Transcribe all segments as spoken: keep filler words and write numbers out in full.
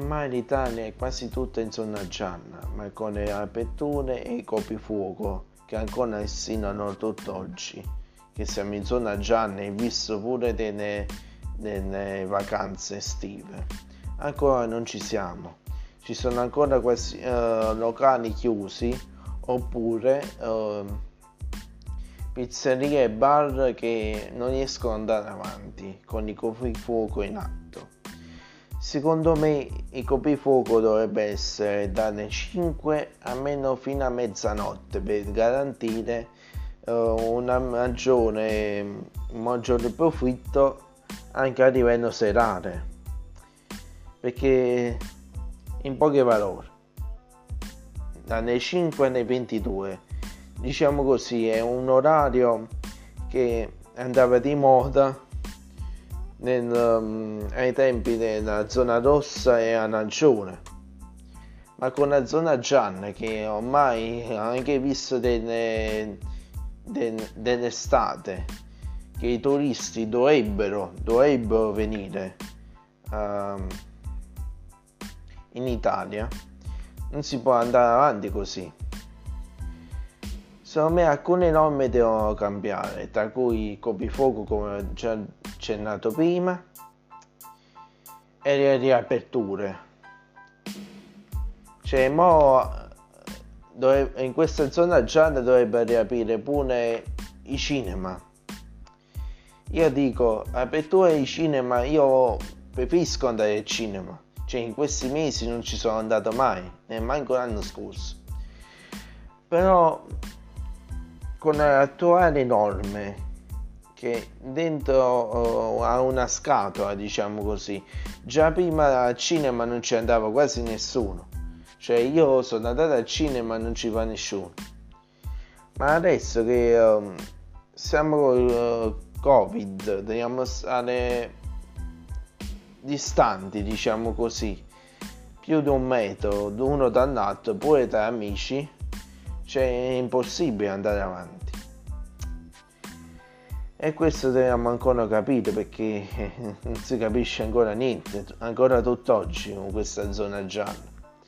ormai l'Italia è quasi tutta in zona gialla, ma con le aperture e i coprifuoco che ancora insinuano tutt'oggi che siamo in zona gialla e visto pure delle, delle vacanze estive. Ancora non ci siamo, ci sono ancora quasi uh, locali chiusi oppure uh, pizzerie e bar che non riescono ad andare avanti con i coprifuoco in atto. Secondo me il coprifuoco dovrebbe essere dalle cinque almeno fino a mezzanotte per garantire uh, una maggiore, un maggiore profitto anche a livello serale, perché in poche parole dalle cinque alle ventidue, diciamo così, è un orario che andava di moda nel, um, ai tempi della zona rossa e arancione, ma con la zona gialla che ormai ha anche visto delle, de, dell'estate che i turisti dovrebbero, dovrebbero venire uh, in Italia, non si può andare avanti così. Secondo me alcune norme devono cambiare, tra cui il coprifuoco, come ho già accennato prima, e le riaperture. Cioè, mo dove, in questa zona gialla dovrebbe riaprire pure i cinema. Io dico, apertura di cinema, io preferisco andare al cinema. Cioè, in questi mesi non ci sono andato mai, neanche l'anno scorso. Però con le attuali norme che dentro uh, a una scatola, diciamo così, già prima al cinema non ci andava quasi nessuno, cioè io sono andato al cinema e non ci va nessuno, ma adesso che uh, siamo con uh, Covid dobbiamo stare distanti, diciamo così, più di un metro l'uno dall'altro, pure tra amici, cioè è impossibile andare avanti. E questo dobbiamo ancora capire, perché non si capisce ancora niente, ancora tutt'oggi con questa zona gialla.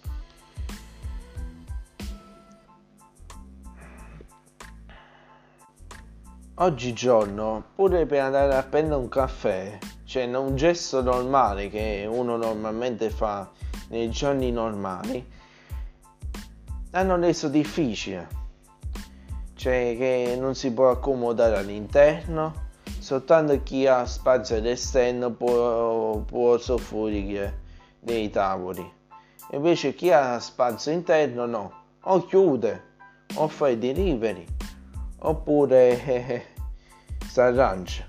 Oggigiorno, pure per andare a prendere un caffè, cioè un gesto normale che uno normalmente fa nei giorni normali, hanno reso difficile, cioè che non si può accomodare all'interno, soltanto chi ha spazio all'esterno può, può soffrire dei tavoli, invece chi ha spazio interno no, o chiude o fa i delivery oppure eh, si arrangia.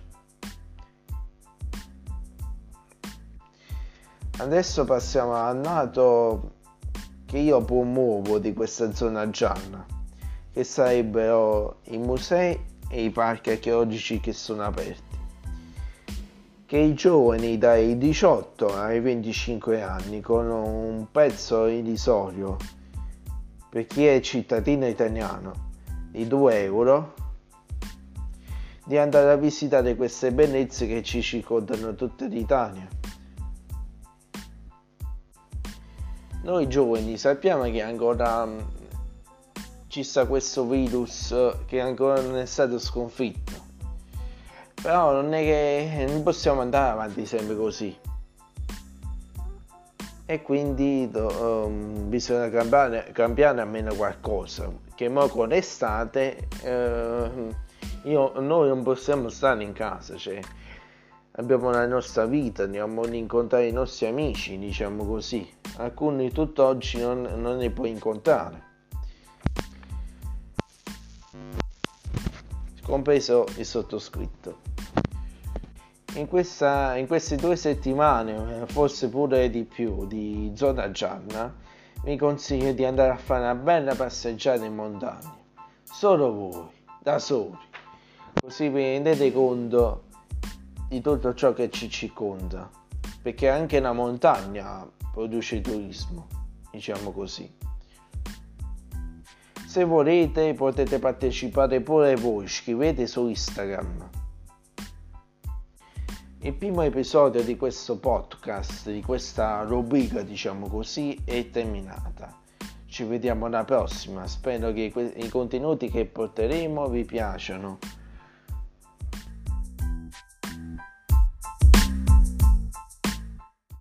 Adesso passiamo al lato che io promuovo di questa zona gialla, che sarebbero i musei e i parchi archeologici che sono aperti, che i giovani dai diciotto ai venticinque anni con un prezzo irrisorio per chi è cittadino italiano di due euro di andare a visitare queste bellezze che ci circondano tutta l'Italia. Noi giovani sappiamo che ancora ci sta questo virus che ancora non è stato sconfitto, però non è che non possiamo andare avanti sempre così, e quindi um, bisogna cambiare, cambiare almeno qualcosa, che mo con l'estate uh, io, noi non possiamo stare in casa, cioè abbiamo la nostra vita, andiamo ad incontrare i nostri amici, diciamo così, alcuni tutt'oggi non, non ne puoi incontrare, compreso il sottoscritto. In, questa, in queste due settimane, forse pure di più, di zona gialla, vi consiglio di andare a fare una bella passeggiata in montagna, solo voi, da soli, così vi rendete conto di tutto ciò che ci circonda, perché anche la montagna produce turismo, diciamo così. Se volete potete partecipare pure voi, scrivete su Instagram. Il primo episodio di questo podcast, di questa rubrica, diciamo così, è terminata. Ci vediamo alla prossima, spero che i contenuti che porteremo vi piacciono.